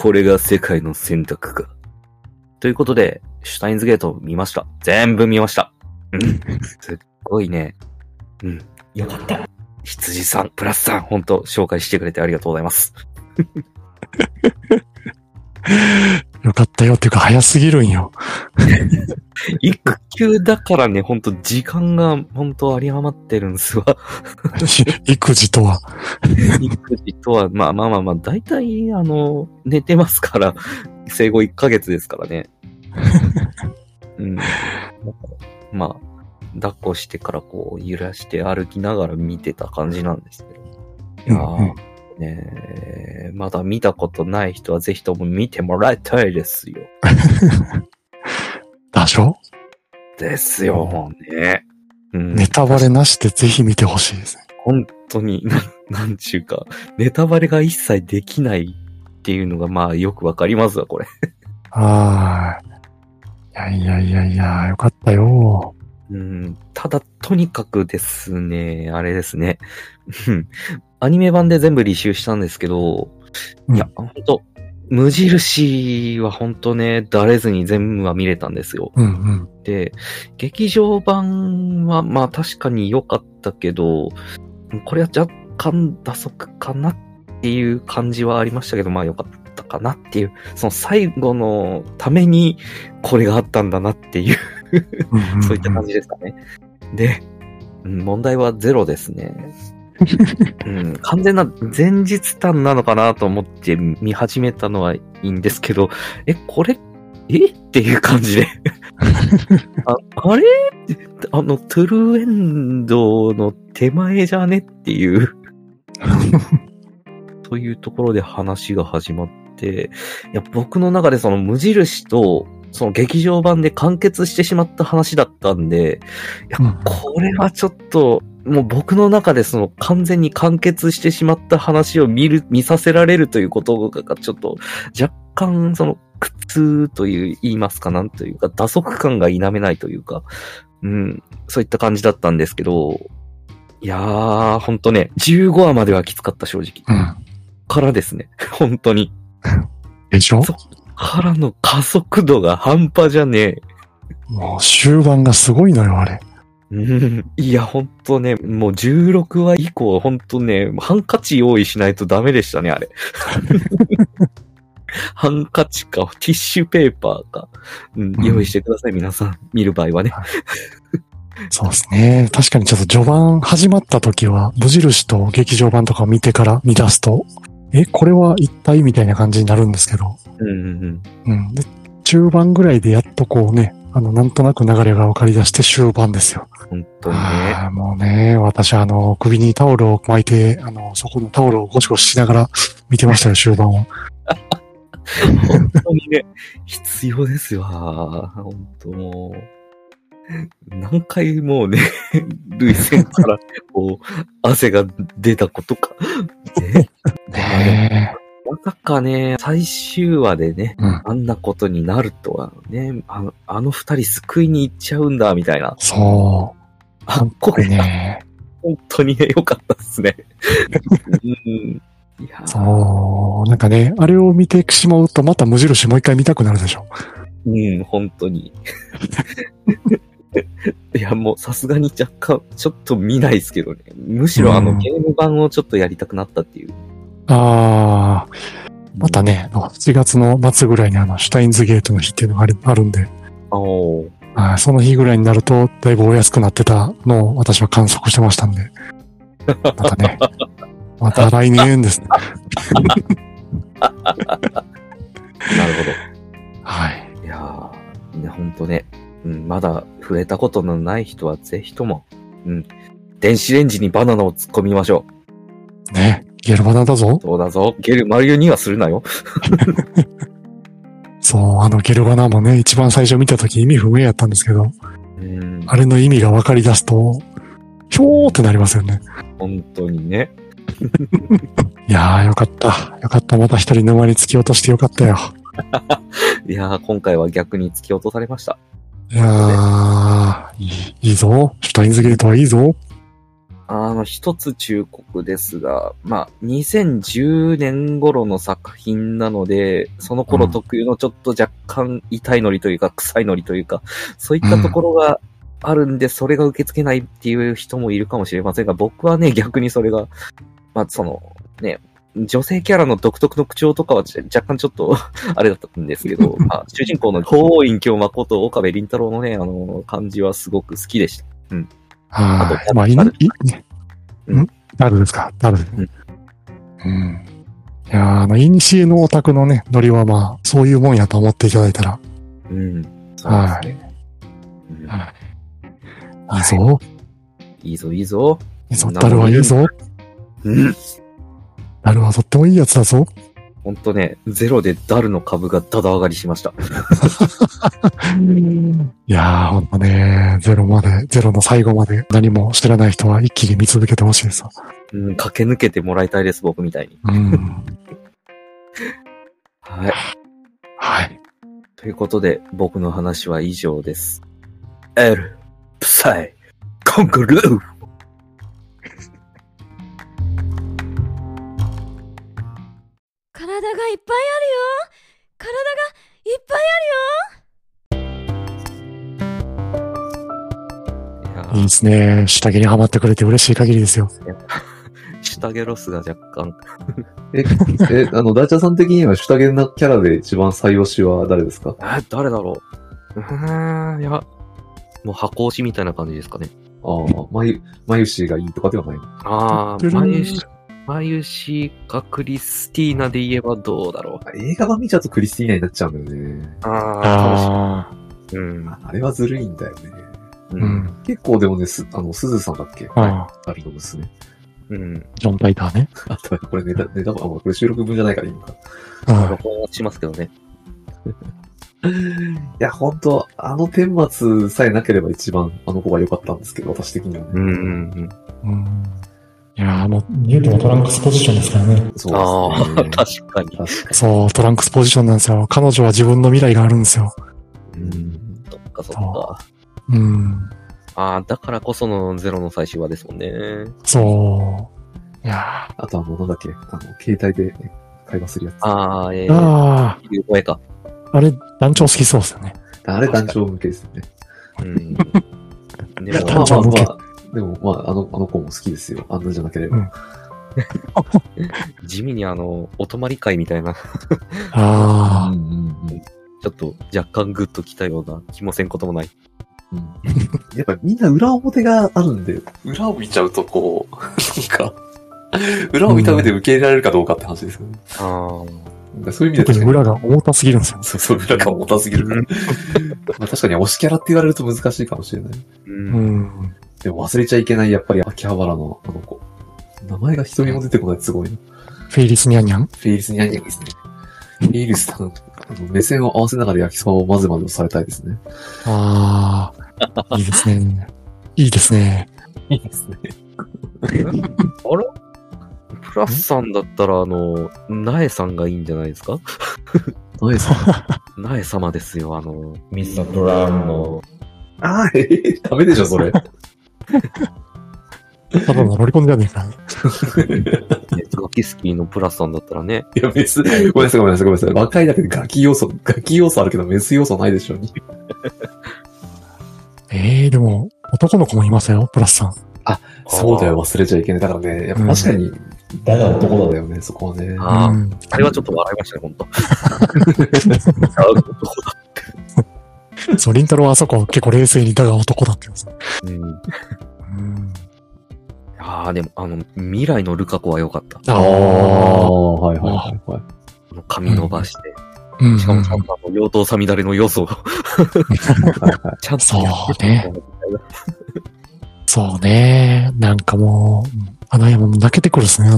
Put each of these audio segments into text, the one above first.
これが世界の選択か。ということで、シュタインズゲート見ました。全部見ました。うん。すっごいね。うん。よかった。羊さん、プラスさん、本当紹介してくれてありがとうございます。 よかったよっていうか早すぎるんよ。 育休だからね、ほんと時間がほんと有り余ってるんすわ。 育児とは。 育児とは、まあ、だいたい寝てますから、生後1ヶ月ですからね。うん。まあ、抱っこしてからこう揺らして歩きながら見てた感じなんですけど。いやー、ね、まだ見たことない人はぜひとも見てもらいたいですよ。 でしょ？ ですよ、もうね。うん、 ネタバレなしでぜひ見てほしいですね。 本当に、なんちゅうか、ネタバレが一切できないっていうのがまあよくわかりますわ、これ。 いや、よかったよ。 うん、ただ、とにかくですね、あれですね。アニメ版で全部履修したんですけど、いや、ほんと、無印はほんとね、だれずに全部は見れたんですよ。で、劇場版はまあ確かに良かったけど、これは若干打足かなっていう感じはありましたけど、まあ良かったかなっていう、その最後のためにこれがあったんだなっていうそういった感じですかね。で、問題はゼロですね。完全な前日短なのかなと思って見始めたのはいいんですけど、これ、っていう感じで。あれトゥルーエンドの手前じゃねっていう。というところで話が始まって、いや、僕の中でその無印と、その劇場版で完結してしまった話だったんで、いや、これはちょっと、もう僕の中でその完全に完結してしまった話を見させられるということがちょっと若干その苦痛と言いますかなんというか打足感が否めないというか、そういった感じだったんですけど、いやー、ほんとね、15話まではきつかった正直。からですね、本当に。 でしょ？ そっからの加速度が半端じゃねえ。 もう終盤がすごいのよ、あれ。 いや、ほんとね、もう16話以降、ほんとね、ハンカチ用意しないとダメでしたね、あれ。ハンカチか、ティッシュペーパーか、用意してください、皆さん。見る場合はね。 そうですね。確かにちょっと序盤始まった時は、無印と劇場版とかを見てから見出すと、これは一体みたいな感じになるんですけど。で、中盤ぐらいでやっとこうね、なんとなく流れが分かり出して終盤ですよ。 本当にね。 もうね、私首にタオルを巻いて、そこのタオルをゴシゴシしながら見てましたよ、終盤を。 本当にね、必要ですよ。本当もう。何回もうね、涙腺からこう、汗が出たことか。まさかね、最終話でね、あんなことになるとはね、あの二人救いに行っちゃうんだ、みたいな。 そう。 これね、本当にね、良かったですね。 いやそう。なんかね、あれを見てしまうと、また無印もう一回見たくなるでしょ。 本当に。いや、もうさすがに若干、ちょっと見ないですけどね。むしろゲーム版をちょっとやりたくなったっていう。 またね、7月の末ぐらいにシュタインズゲートの日っていうのがあるんで。その日ぐらいになると、だいぶお安くなってたのを私は観測してましたんで。またね、また来年ですね。 なるほど。 はい。 いやー、ね、ほんとね。まだ触れたことのない人はぜひとも、電子レンジにバナナを突っ込みましょう。ね、ゲルバナだぞ。 そうだぞ。ゲルマリオにはするなよ。 そう、ゲルバナもね、一番最初見たとき意味不明やったんですけど、あれの意味が分かり出すと、ひょーってなりますよね。 本当にね。 いやー、よかった。よかった。また一人沼に突き落としてよかったよ。 いやー、今回は逆に突き落とされました。 いやー、いいぞ。シュタインズゲートはいいぞ。 一つ忠告ですが、2010年頃の作品なので、その頃特有のちょっと若干痛いノリというか、臭いノリというか、そういったところがあるんで、それが受け付けないっていう人もいるかもしれませんが、僕はね、逆にそれが、女性キャラの独特の口調とかは若干ちょっとあれだったんですけど、主人公の法王院京誠、岡部倫太郎のね、感じはすごく好きでした。うん。 はい。誰ですか？誰ですか？うん。いやいにしえのオタクのね、ノリはそういうもんやと思っていただいたら。 うん。 はい。はい。いいぞ。 いいぞ、いいぞ。 ダルはいいぞ。 うん。 ダルはとってもいいやつだぞ。 ほんとね、ゼロでダルの株がダダ上がりしました。 いやほんとね、ゼロの最後まで何も知らない人は一気に見続けてほしいです。 うん、駆け抜けてもらいたいです、僕みたいに。 うん。 はい。 はい。 ということで、僕の話は以上です。エル、プサイ、コンクルー体がいっぱいあるよ。体がいっぱいあるよ。いいですね。下着にはまってくれて嬉しい限りですよ。 下着ロスが若干。 ダイチャさん的には下着なキャラで一番最推しは誰ですか？ 誰だろう。いや、もう箱推しみたいな感じですかね。 マユシがいいとかではない。 マユシかクリスティーナで言えばどうだろう。映画版見ちゃうとクリスティーナになっちゃうんだよね。 楽しい。うん。 あれはずるいんだよね。 うん。 結構でもね、すずさんだっけ？はい。ダルの娘。 うん。 ジョン・タイターね。 あと、これネタ、これ収録分じゃないから今か。 録音しますけどね。 いや、ほんと、顛末さえなければ一番あの子が良かったんですけど、私的にはね。 いやニュートンはトランクスポジションですからね。 そうですね。 確かに。 そう、トランクスポジションなんですよ。彼女は自分の未来があるんですよ。 そっか。だからこそのゼロの最終話ですもんね。 そう。いやあとなんだっけ、携帯で会話するやつ。 声か。 あれ、団長好きそうですよね。 あれ団長向けですよね。 団長向け。 でも、あの子も好きですよ。あんなじゃなければ。 地味にお泊まり会みたいな。 ちょっと若干グッときたような気もせんこともない。 やっぱみんな裏表があるんで、裏を見ちゃうと裏を見た上で受け入れられるかどうかって話ですよね。そういう意味で特に裏が重たすぎるんですよ。 そう、裏が重たすぎるから。確かに推しキャラって言われると難しいかもしれない。でも忘れちゃいけない、やっぱり秋葉原のあの子。名前が一人も出てこないってすごいな。 フェイリスニャンニャン？ フェイリスニャンニャンですね。フェイリスさん、目線を合わせながら焼きそばを混ぜ混ぜされたいですね。 いいですね。いいですね。 いいですね。 あれプラスさんだったら、ナエさんがいいんじゃないですか？ ナエさんナエ様ですよ、ミスターブラウンの。 ダメでしょ、それ。 ただのロリコンじゃねえか。 ガキスキーのプラスさんだったらね。 いや、ごめんなさい。若いだけでガキ要素あるけど、メス要素ないでしょうに。 でも、男の子もいますよ、プラスさん。 そうだよ、忘れちゃいけない。だからね、やっぱ確かに、だが男だよね、そこはね。 あれはちょっと笑いましたね、ほんと。 そう、リンタロウはあそこ結構冷静にだが男だって言うんですでも、未来のルカ子は良かった。 はい。 髪伸ばして。しかもちゃんと妖刀さみだれの要素を。ちゃんと。 そうね。なんかもう、花も泣けてくるっすね、 いや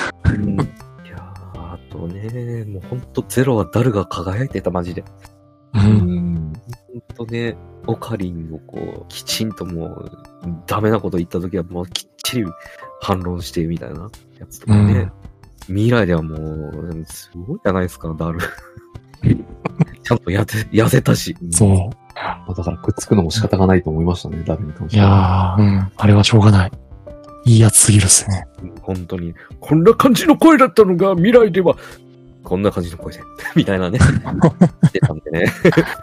あとね、もうほんとゼロはダルが輝いてた、マジで。ほんとね、オカリンをきちんともう、ダメなこと言ったときはもうきっちり反論してみたいなやつとかね。未来ではもう、すごいじゃないですか、ダル。ちゃんと痩せたし。 そう。 だからくっつくのも仕方がないと思いましたね、ダルに関しては。 いやあれはしょうがない。 いいやつすぎるっすね。 本当に。こんな感じの声だったのが未来では、こんな感じの声で、みたいなね。してたんでね。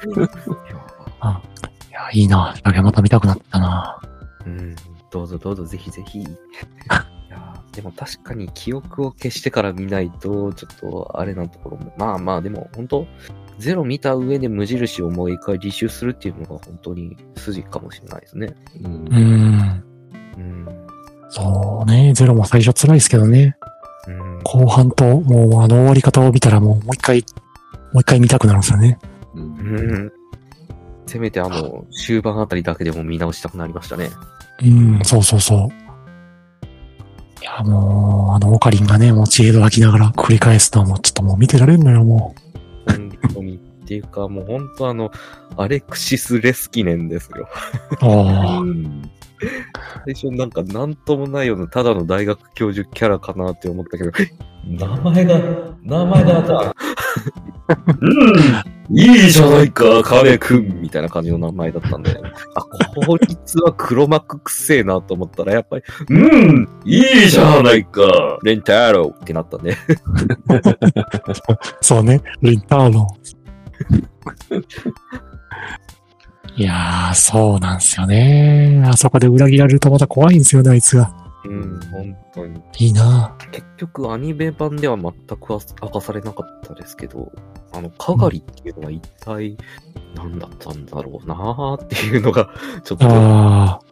いや、いいな。また見たくなったな。 どうぞどうぞ、ぜひぜひ。いやでも確かに記憶を消してから見ないと、ちょっとあれなところも。まあまあ、でも本当ゼロ見た上で無印をもう一回履修するっていうのが本当に筋かもしれないですね。 そうね、ゼロも最初辛いですけどね。後半と、もう終わり方を見たらもう一回見たくなるんですよね。 せめて終盤あたりだけでも見直したくなりましたね。 そうそうそう。いや、もう、オカリンがね、もう知恵度吐きながら繰り返すのはもうちょっともう見てられんのよ、もう。本当に。っていうか、もう本当アレクシス・レスキネンですよ。最初なんともないようなただの大学教授キャラかなって思ったけど、名前がさ、いいじゃないか、カネくんみたいな感じの名前だったんで、こいつは黒幕くせえなと思ったら、やっぱり、いいじゃないか、レンタロウってなったね。 そうね、レンタロウ。いやー、そうなんですよね。あそこで裏切られるとまた怖いんですよね、あいつが。 本当に。 いいなぁ。 結局、アニメ版では全く明かされなかったですけど、かがりっていうのは一体何だったんだろうなーっていうのが、ちょっと。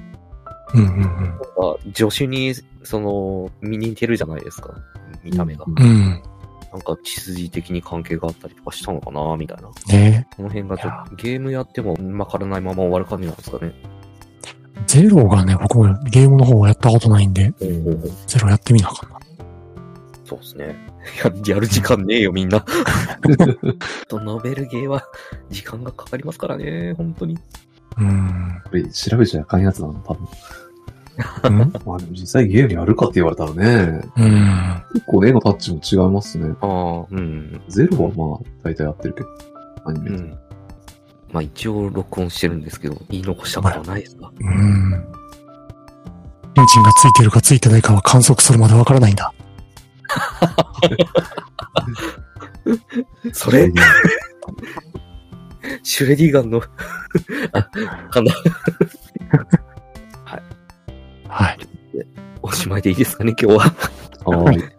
助手に、見に似てるじゃないですか。見た目が。血筋的に関係があったりとかしたのかなみたいな。 ね。 この辺がちょっとゲームやってもわからないまま終わる感じなんですかね。 ゼロがね、僕もゲームの方はやったことないんで、ゼロやってみなあかんな。 そうですね。やる時間ねえよ、みんな。ノベルゲーは時間がかかりますからね、本当に。 これ調べちゃあかんやつなの、多分。まあでも実際ゲームやるかって言われたらね。結構絵のタッチも違いますね。ゼロはまあ大体やってるけど、アニメ。まあ一応録音してるんですけど、言い残したことはないですか？ エンジンがついてるかついてないかは観測するまでわからないんだ。 それシュレディガンのかな。 はい。 おしまいでいいですかね、今日は。